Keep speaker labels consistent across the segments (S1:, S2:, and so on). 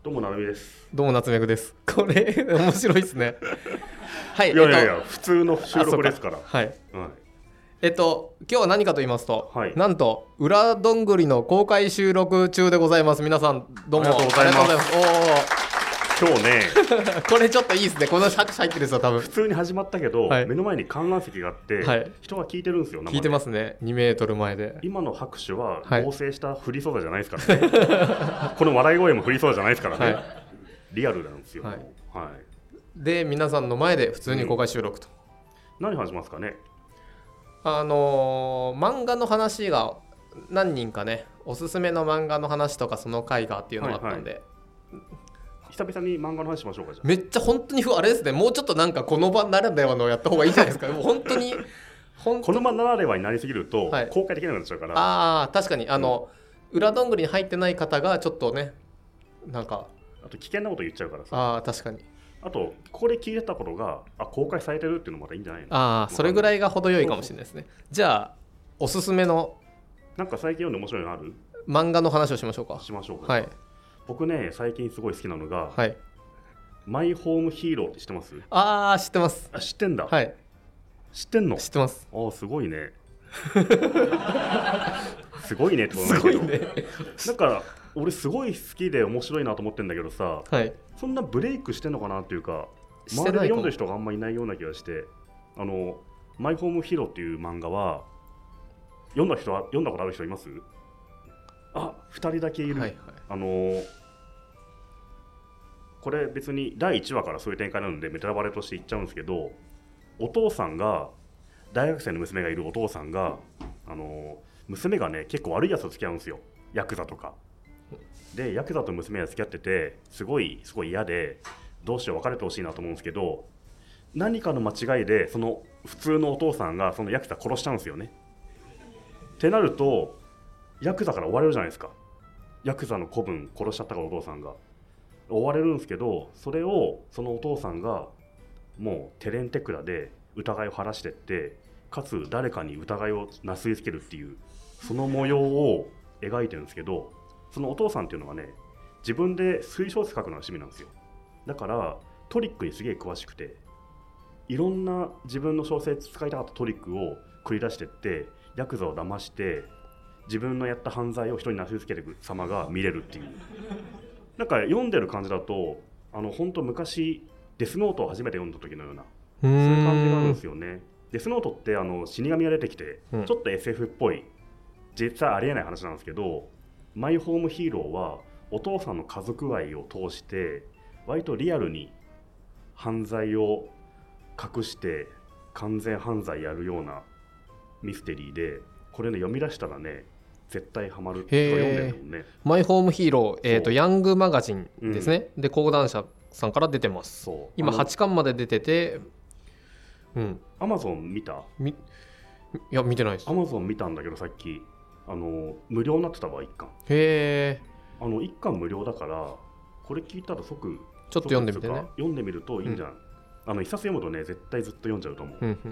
S1: どうもなるみです。
S2: どうも夏目くです。これ面白いですね。はい。
S1: いや、普通の収録ですから。
S2: はい。
S1: はい。
S2: 今日は何かと言いますと、
S1: はい、
S2: なんと裏どんぐりの公開収録中でございます。皆さんどうも
S1: ありがとうございます。今日ね
S2: これちょっといいですね。この拍手入ってるんですよ多分。
S1: 普通に始まったけど、
S2: はい、
S1: 目の前に観覧席があって、はい、人が聞いてるんですよ。
S2: 聞いてますね。2メートル前で。
S1: 今の拍手は合成した振りそうだじゃないですからね、はい、この笑い声も振りそうだじゃないですからね、はい、リアルなんですよ。はい、はい、
S2: で皆さんの前で普通に公開収録と、
S1: 何話しますかね。
S2: 漫画の話が何人かね、おすすめの漫画の話とかその回がっていうのがあったんで、はいはい、
S1: 久々に漫画の話しましょうか。じゃあ
S2: めっちゃ本当にあれですね。もうちょっとなんかこの場ならではのやった方がいいじゃないですか。もう本当に
S1: この場ならではになりすぎると、はい、公開できなくなっちゃうから。
S2: ああ確かに裏どんぐりに入ってない方がちょっとね、なんか
S1: あと危険なこと言っちゃうからさ。
S2: ああ確かに。
S1: あとここで聞いてたことが公開されてるっていうのもまたいいんじゃないの。
S2: ああそれぐらいが程よいかもしれないですね。じゃあおすすめの
S1: なんか最近読んで面白いのある？
S2: 漫画の話をしましょうか。
S1: しましょうか。
S2: はい。
S1: 僕ね最近すごい好きなのが、
S2: はい、
S1: マイホームヒーローって知ってます？
S2: ああ知ってます。
S1: あ知ってんだ。
S2: はい。
S1: 知ってんの？
S2: 知ってます。
S1: ああすごいねすごいねってことなんだけど、ね、だから俺すごい好きで面白いなと思ってんだけどさ、はい、そんなブレイクしてんのかなっていうか、周りで読んでる人があんまりいないような気がして、マイホームヒーローっていう漫画は読んだことある人います？あ、2人だけいる。はいはい、これ別に第1話からそういう展開なのでメタバレとして言っちゃうんですけど、お父さんが大学生の娘がいるお父さんが娘がね結構悪いやつと付き合うんですよ。ヤクザとかで、ヤクザと娘が付き合っててすごい嫌で、どうしよう別れてほしいなと思うんですけど、何かの間違いでその普通のお父さんがそのヤクザ殺しちゃうんですよね。ってなるとヤクザから追われるじゃないですか。ヤクザの子分殺しちゃったからお父さんが追われるんですけど、それをそのお父さんがもうテレンテクラで疑いを晴らしてって、かつ誰かに疑いをなすりつけるっていうその模様を描いてるんですけど、そのお父さんっていうのはね自分で推小説書くのが趣味なんですよ。だからトリックにすげえ詳しくて、いろんな自分の小説使いたかったトリックを繰り出してってヤクザを騙して自分のやった犯罪を人になすりつけていく様が見れるっていう。なんか読んでる感じだと本当昔デスノートを初めて読んだ時のようなそういう感じがあるんですよね。デスノートって死神が出てきて、ちょっと SF っぽい実際ありえない話なんですけど、マイホームヒーローはお父さんの家族愛を通して割とリアルに犯罪を隠して完全犯罪やるようなミステリーで、これね読み出したらね絶対ハマる。読んでるもんね。
S2: マイホームヒーロー、ヤングマガジンですね、で講談社さんから出てます。そう今8巻まで出てて、
S1: アマゾン見た？
S2: いや見てないです。
S1: アマゾン見たんだけどさっき無料になってたわ1巻。
S2: へえ。
S1: 1巻無料だからこれ聞いたら即
S2: ちょっと読んでみてね。
S1: 読んでみるといいんじゃない？一冊読むとね絶対ずっと読んじゃうと思う。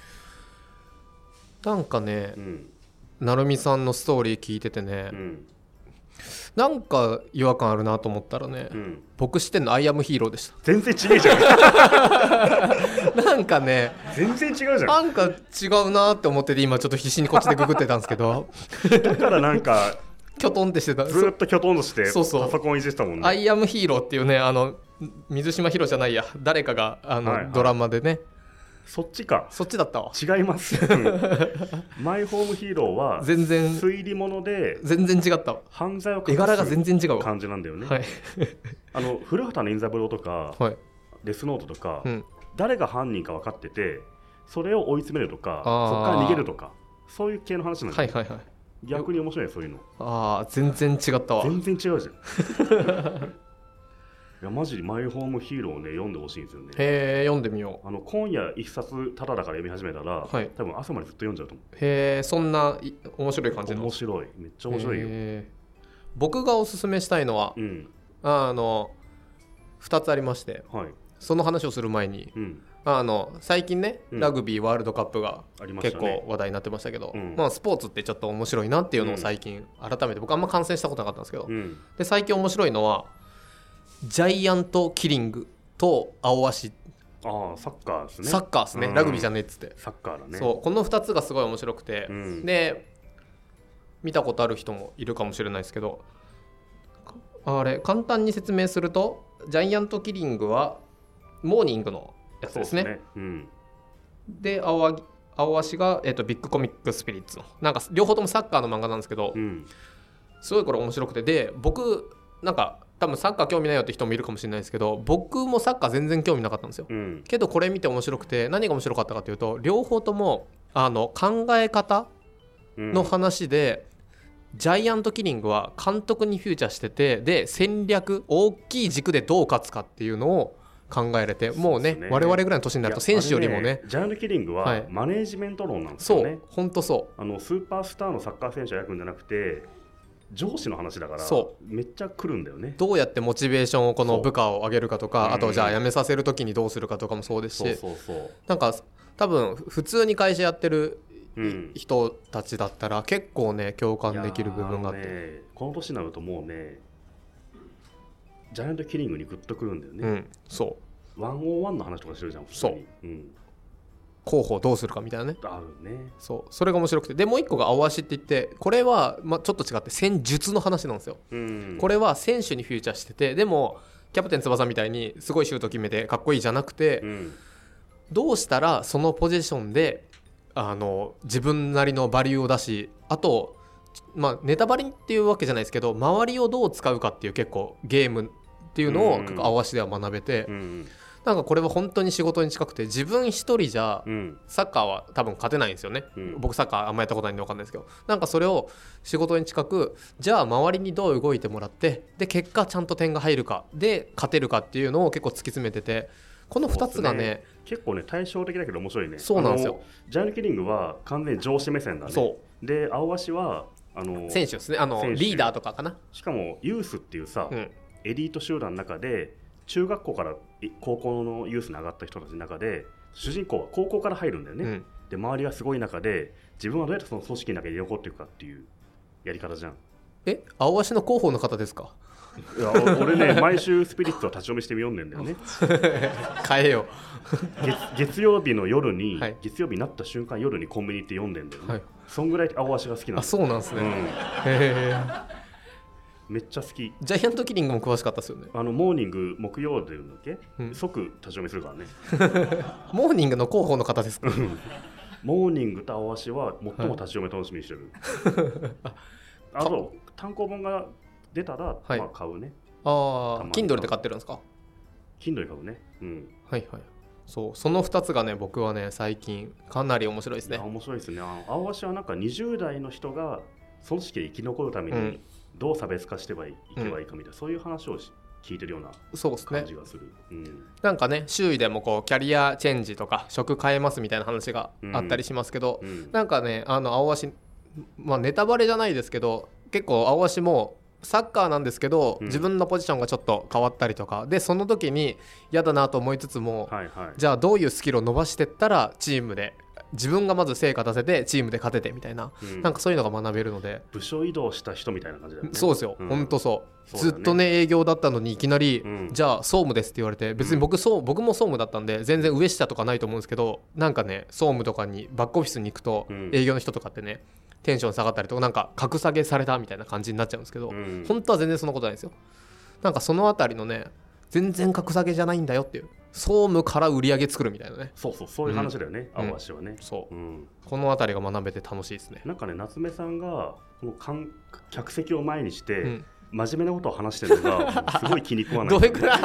S2: なんかね、なるみさんのストーリー聞いててね、なんか違和感あるなと思ったらね、僕知ってんのアイアムヒーローでした。
S1: 全然違うじゃ
S2: んなんかね
S1: 全然違うじゃん。
S2: なんか違うなって思ってて、今ちょっと必死にこっちでググってたんですけど
S1: だからなんか
S2: キョトンってしてた。
S1: ずっとキョトンとして
S2: そうそう
S1: パソコンいじってたもんね。
S2: アイアムヒーローっていうね水島ヒロじゃないや、誰かがドラマでね。
S1: そっちか。
S2: そっちだったわ。
S1: 違いますマイホームヒーローは
S2: 全然
S1: 推理物で
S2: 全然違ったわ。
S1: 犯罪を隠す
S2: 絵柄が全然違う
S1: 感じなんだよね。
S2: はい
S1: 古畑任三郎とか、デスノートとか、誰が犯人か分かっててそれを追い詰めるとか、そこから逃げるとか、そういう系の話なんだよ。逆に面白いそういうの。
S2: 全然違ったわ。
S1: 全然違うじゃんいやマジでマイホームヒーローをね読んでほしいんですよね。
S2: へえ、読んでみよう。
S1: 今夜一冊タダだから読み始めたら、多分朝までずっと読んじゃうと思う。
S2: へえ、そんな面白い感じなの？
S1: 面白い、めっちゃ面白いよ。
S2: 僕がおすすめしたいのは、2つありまして、その話をする前に、最近ね、ラグビーワールドカップが結構話題になってましたけど、スポーツってちょっと面白いなっていうのを最近改めて、僕あんま観戦したことなかったんですけど、で最近面白いのはジャイアントキリングと青足。
S1: ああ、サッカーですね。
S2: サッカーですね、ラグビーじゃねえっつって。
S1: サッカーだね。
S2: そう、この2つがすごい面白くて、で見たことある人もいるかもしれないですけど、あれ簡単に説明すると、ジャイアントキリングはモーニングのやつですね。で青足が、ビッグコミックスピリッツの、なんか両方ともサッカーの漫画なんですけど、すごいこれ面白くて、で僕なんか多分サッカー興味ないよって人もいるかもしれないですけど、僕もサッカー全然興味なかったんですよ、けどこれ見て面白くて、何が面白かったかというと、両方とも考え方の話で、ジャイアントキリングは監督にフューチャーしてて、で戦略、大きい軸でどう勝つかっていうのを考えれて、もうね、我々ぐらいの年になると選手よりもね、
S1: ジャイアントキリングはマネージメント論なんですよね。
S2: そう、本当そう。
S1: スーパースターのサッカー選手を焼くんじゃなくて、上司の話だから、めっちゃ来るんだよね。
S2: どうやってモチベーションをこの部下を上げるかとか、あとじゃあ辞めさせるときにどうするかとかもそうですし、なんか多分普通に会社やってる人たちだったら結構ね共感できる部分があって、
S1: この年になるともうね、ジャイアントキリングにグッとくるんだよね。
S2: そう
S1: 101の話とかしてるじゃん、普通に。
S2: 候補どうするかみたいなね。
S1: あるね。
S2: そう、それが面白くて、でもう一個が青足って言って、これはちょっと違って戦術の話なんですよ。これは選手にフューチャーしてて、でもキャプテン翼みたいにすごいシュート決めてかっこいいじゃなくて、どうしたらそのポジションで自分なりのバリューを出し、あとネタバレっていうわけじゃないですけど、周りをどう使うかっていう結構ゲームっていうのを青足では学べて、なんかこれは本当に仕事に近くて、自分一人じゃサッカーは多分勝てないんですよね、僕サッカーあんまやったことないんで分かんないですけど、なんかそれを仕事に近く、じゃあ周りにどう動いてもらって、で結果ちゃんと点が入るかで勝てるかっていうのを結構突き詰めてて、この2つがね
S1: 結構ね対照的だけど面白いね。
S2: そうなんですよ。
S1: ジャイアントキリングは完全に上司目線だね。そうで、青足は
S2: 選手ですね、リーダーとかかな。
S1: しかもユースっていうさ、エリート集団の中で、中学校から高校のユースに上がった人たちの中で、主人公は高校から入るんだよね、で周りがすごい中で、自分はどうやってその組織の中に残っていくかっていうやり方じゃん。
S2: 青足の広報の方ですか？
S1: いや俺ね、毎週スピリッツを立ち読みして読んでんだよね。
S2: 変えよ
S1: 月曜日の夜に、月曜日になった瞬間夜にコンビニ行って読んでんだよね、そんぐらい青足が好きなんだ。
S2: そうなんですね、
S1: めっちゃ好き。
S2: ジャイアントキリングも詳しかったですよね。
S1: モーニング木曜で言うんだっけ、即立ち読みするからね。
S2: モーニングの広報の方ですか？
S1: モーニングと青足は最も立ち読み楽しみにしてる。あと単行本が出たら、買うね。
S2: Kindle で買ってるんですか？
S1: Kindle で買うね。
S2: その2つがね、僕はね最近かなり面白いですね。
S1: 面白いですね。青足はなんか20代の人が組織で生き残るためにどう差別化していけばいいかみたいな、そういう話を聞いてるような感じがする。
S2: なんかね、周囲でもこうキャリアチェンジとか職変えますみたいな話があったりしますけど、なんかね、青足、ネタバレじゃないですけど、結構青足もサッカーなんですけど、自分のポジションがちょっと変わったりとかで、その時に嫌だなと思いつつも、じゃあどういうスキルを伸ばしていったらチームで自分がまず成果出せてチームで勝ててみたいな、なんかそういうのが学べるので、
S1: 部署移動した人みたいな感じだよね。
S2: そうですよ、本当そう。ずっとね営業だったのにいきなり、じゃあ総務ですって言われて、別に僕も総務だったんで全然上下とかないと思うんですけど、なんかね総務とかにバックオフィスに行くと、営業の人とかってねテンション下がったりとか、なんか格下げされたみたいな感じになっちゃうんですけど、本当は全然そんなことないんですよ。なんかそのあたりのね、全然格下げじゃないんだよっていう、総務から売り上げ作るみたいなね。
S1: そういう話だよね、青足はね。
S2: このあたりが学べて楽しいですね。
S1: なんかね、夏目さんがこの客席を前にして、真面目なことを話してるのがすごい気に食わない。
S2: どれくらい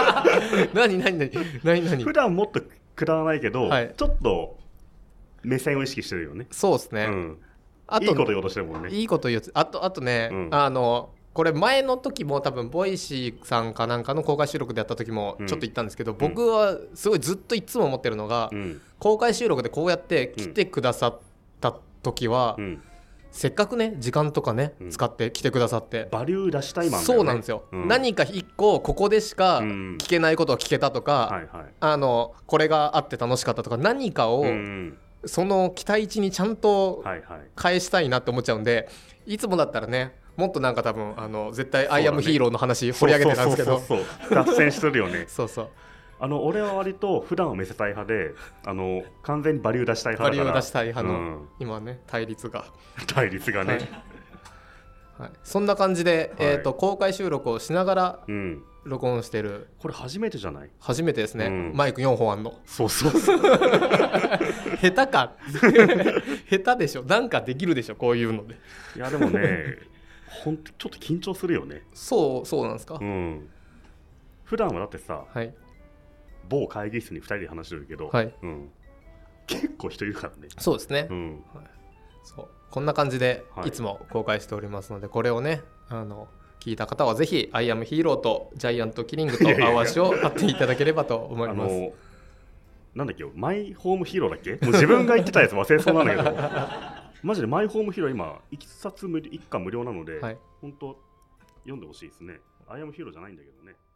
S2: 何
S1: 普段もっとくだらないけど、ちょっと目線を意識してるよね。
S2: そうですね、
S1: いいこと言おうとしてるもんね。
S2: いいこと言う。あとね、これ前の時も多分ボイシーさんかなんかの公開収録でやった時もちょっと言ったんですけど、僕はすごいずっといつも思ってるのが、公開収録でこうやって来てくださった時は、せっかくね時間とかね、使って来てくださって
S1: バリュー出したいマンだよね。
S2: そうなんですよ、何か一個ここでしか聞けないことを聞けたとか、これがあって楽しかったとか、何かを、その期待値にちゃんと返したいなって思っちゃうんで、いつもだったらね、 もっとなんか多分絶対アイアムヒーローの話掘り上げてたんですけど、
S1: そう脱線してるよね
S2: そうそう、
S1: 俺は割と普段は見せたい派で完全にバリュー出したい派だから、
S2: バリュー出したい派の、今ね対立が
S1: ね、
S2: はい、そんな感じで、公開収録をしながら録音してる、
S1: これ初めてじゃない？
S2: 初めてですね、マイク4本あんの。
S1: そう
S2: 下手か下手でしょ、なんかできるでしょこういうので。
S1: いやでもねほんとちょっと緊張するよね。
S2: そうなんですか。
S1: 普段はだってさ、
S2: はい、
S1: 某会議室に2人で話してるけど、
S2: はい、
S1: 結構人いるからね。
S2: そうですね、はい、そうこんな感じでいつも公開しておりますので、これをね聞いた方はぜひアイアムヒーローとジャイアントキリングと青足を買っていただければと思います。
S1: なんだっけ、マイホームヒーローだっけ、もう自分が言ってたやつ忘れそうなんだけどマジでマイホームヒーロー今1巻無料なので、本当読んでほしいですね。アイアムヒーローじゃないんだけどね。